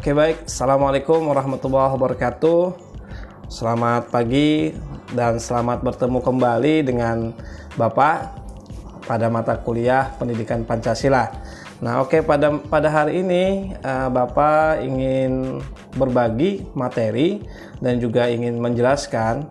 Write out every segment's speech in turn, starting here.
Oke baik, Assalamualaikum warahmatullahi wabarakatuh. Selamat pagi dan selamat bertemu kembali dengan Bapak pada mata kuliah Pendidikan Pancasila. Nah oke, pada hari ini Bapak ingin berbagi materi dan juga ingin menjelaskan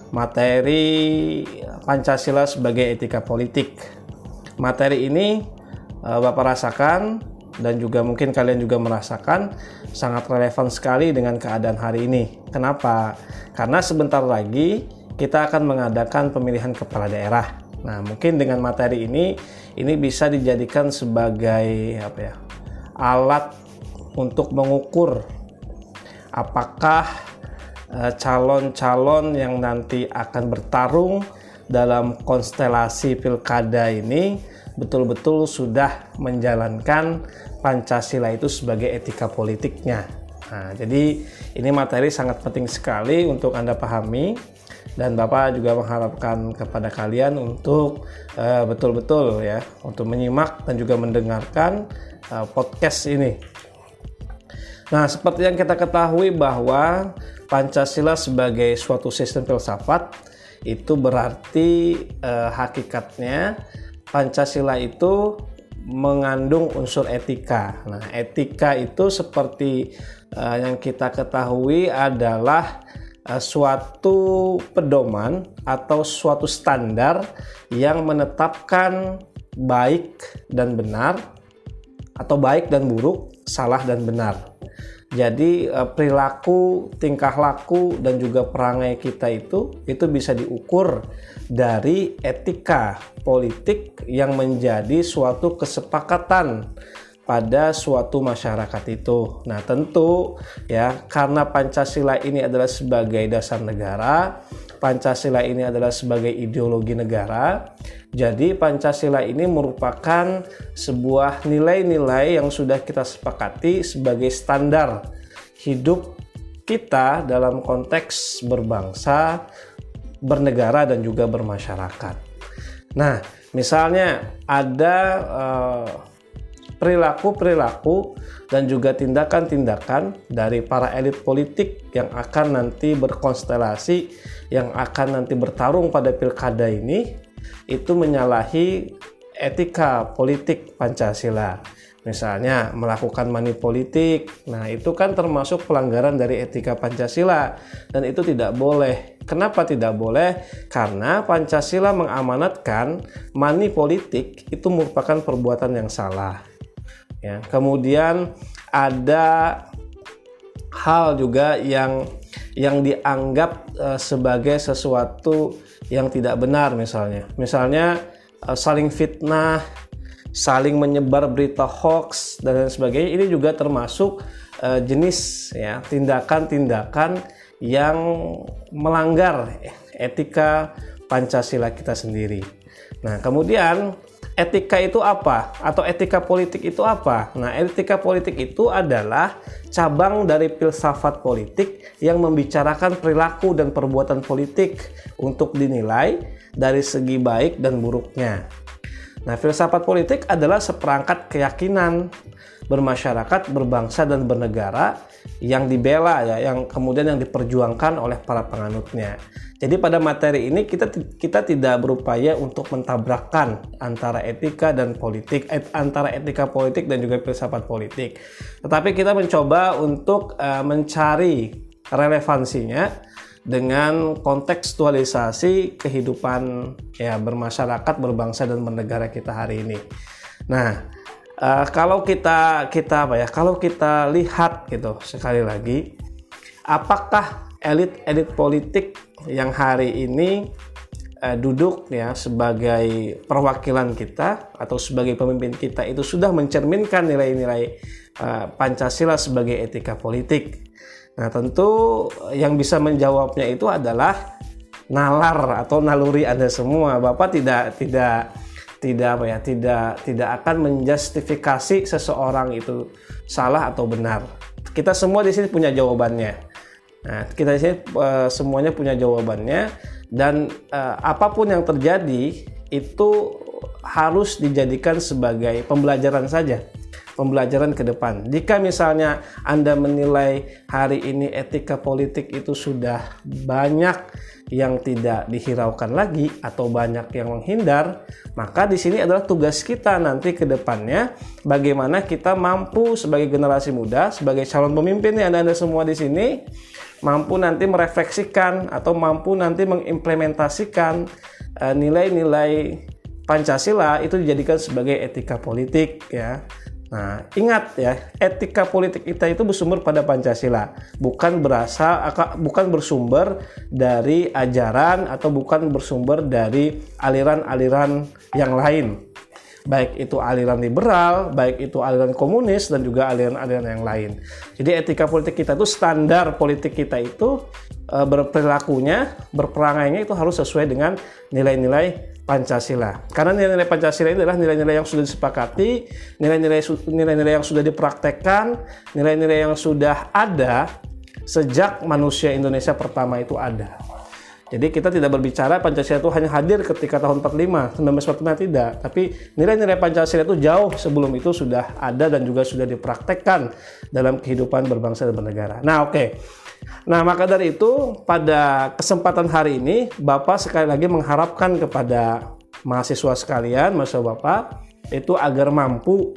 materi Pancasila sebagai etika politik. Materi ini Bapak rasakan dan juga mungkin kalian juga merasakan sangat relevan sekali dengan keadaan hari ini. Kenapa? Karena sebentar lagi kita akan mengadakan pemilihan kepala daerah. Nah, mungkin dengan materi ini bisa dijadikan sebagai alat untuk mengukur apakah calon-calon yang nanti akan bertarung dalam konstelasi pilkada ini betul-betul sudah menjalankan Pancasila itu sebagai etika politiknya. Nah, jadi ini materi sangat penting sekali untuk Anda pahami, dan Bapak juga mengharapkan kepada kalian untuk betul-betul ya untuk menyimak dan juga mendengarkan podcast ini. Nah, seperti yang kita ketahui bahwa Pancasila sebagai suatu sistem filsafat itu berarti hakikatnya Pancasila itu mengandung unsur etika. Nah, etika itu seperti yang kita ketahui adalah suatu pedoman atau suatu standar yang menetapkan baik dan benar atau baik dan buruk, salah dan benar. Jadi perilaku, tingkah laku dan juga perangai kita itu bisa diukur dari etika politik yang menjadi suatu kesepakatan pada suatu masyarakat itu. Nah, tentu ya karena Pancasila ini adalah sebagai dasar negara, Pancasila ini adalah sebagai ideologi negara. Jadi Pancasila ini merupakan sebuah nilai-nilai yang sudah kita sepakati sebagai standar hidup kita dalam konteks berbangsa, bernegara dan juga bermasyarakat. Nah, misalnya ada perilaku-perilaku dan juga tindakan-tindakan dari para elit politik yang akan nanti berkonstelasi, yang akan nanti bertarung pada pilkada ini, itu menyalahi etika politik Pancasila. Misalnya melakukan money politik, nah itu kan termasuk pelanggaran dari etika Pancasila dan itu tidak boleh. Kenapa tidak boleh? Karena Pancasila mengamanatkan money politik itu merupakan perbuatan yang salah. Ya, kemudian ada hal juga yang dianggap sebagai sesuatu yang tidak benar, misalnya saling fitnah, saling menyebar berita hoax dan lain sebagainya. Ini juga termasuk jenis ya tindakan-tindakan yang melanggar etika Pancasila kita sendiri. Nah, kemudian etika itu apa? Atau etika politik itu apa? Nah, etika politik itu adalah cabang dari filsafat politik yang membicarakan perilaku dan perbuatan politik untuk dinilai dari segi baik dan buruknya. Nah, filsafat politik adalah seperangkat keyakinan bermasyarakat, berbangsa dan bernegara yang dibela ya, yang kemudian yang diperjuangkan oleh para penganutnya. Jadi pada materi ini kita tidak berupaya untuk mentabrakkan antara etika dan politik, antara etika politik dan juga filsafat politik. Tetapi kita mencoba untuk mencari relevansinya dengan kontekstualisasi kehidupan ya bermasyarakat, berbangsa dan bernegara kita hari ini. Nah, kalau kita lihat gitu sekali lagi, apakah elit politik yang hari ini duduk ya sebagai perwakilan kita atau sebagai pemimpin kita itu sudah mencerminkan nilai-nilai Pancasila sebagai etika politik? Nah, tentu yang bisa menjawabnya itu adalah nalar atau naluri Anda semua. Bapak tidak akan menjustifikasi seseorang itu salah atau benar. Kita semua di sini punya jawabannya. Nah, kita di sini semuanya punya jawabannya, dan apapun yang terjadi itu harus dijadikan sebagai pembelajaran saja. pembelajaran ke depan. Jika misalnya Anda menilai hari ini etika politik itu sudah banyak yang tidak dihiraukan lagi atau banyak yang menghindar, maka di sini adalah tugas kita nanti ke depannya bagaimana kita mampu sebagai generasi muda, sebagai calon pemimpin nih Anda semua di sini mampu nanti merefleksikan atau mampu nanti mengimplementasikan nilai-nilai Pancasila itu dijadikan sebagai etika politik ya. Nah, ingat ya, etika politik kita itu bersumber pada Pancasila, bukan bersumber dari ajaran atau bukan bersumber dari aliran-aliran yang lain. Baik itu aliran liberal, baik itu aliran komunis dan juga aliran-aliran yang lain. Jadi etika politik kita itu, standar politik kita itu berperilakunya, berperangainya itu harus sesuai dengan nilai-nilai Pancasila. Karena nilai-nilai Pancasila ini adalah nilai-nilai yang sudah disepakati, nilai-nilai yang sudah dipraktekkan, nilai-nilai yang sudah ada sejak manusia Indonesia pertama itu ada. Jadi kita tidak berbicara Pancasila itu hanya hadir ketika tahun 1945 tidak, tapi nilai-nilai Pancasila itu jauh sebelum itu sudah ada dan juga sudah dipraktekkan dalam kehidupan berbangsa dan bernegara. Nah, oke. Nah, maka dari itu pada kesempatan hari ini Bapak sekali lagi mengharapkan kepada mahasiswa sekalian, mahasiswa Bapak itu agar mampu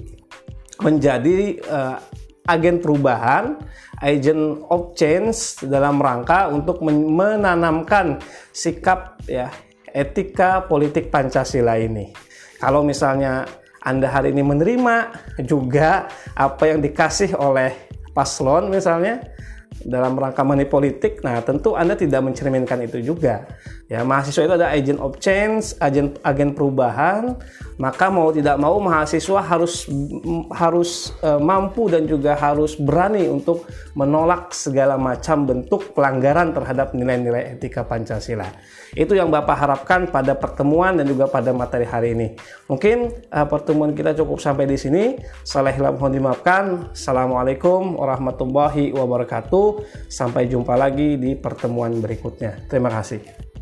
menjadi agen perubahan, agent of change dalam rangka untuk menanamkan sikap ya etika politik Pancasila ini. Kalau misalnya Anda hari ini menerima juga apa yang dikasih oleh paslon misalnya dalam rangka money politik, nah tentu Anda tidak mencerminkan itu juga. Ya, mahasiswa itu ada agent of change, agen perubahan, maka mau tidak mau mahasiswa harus mampu dan juga harus berani untuk menolak segala macam bentuk pelanggaran terhadap nilai-nilai etika Pancasila. Itu yang Bapak harapkan pada pertemuan dan juga pada materi hari ini. Mungkin pertemuan kita cukup sampai di sini. Salah hilaf mohon dimaafkan. Assalamualaikum warahmatullahi wabarakatuh. Sampai jumpa lagi di pertemuan berikutnya. Terima kasih.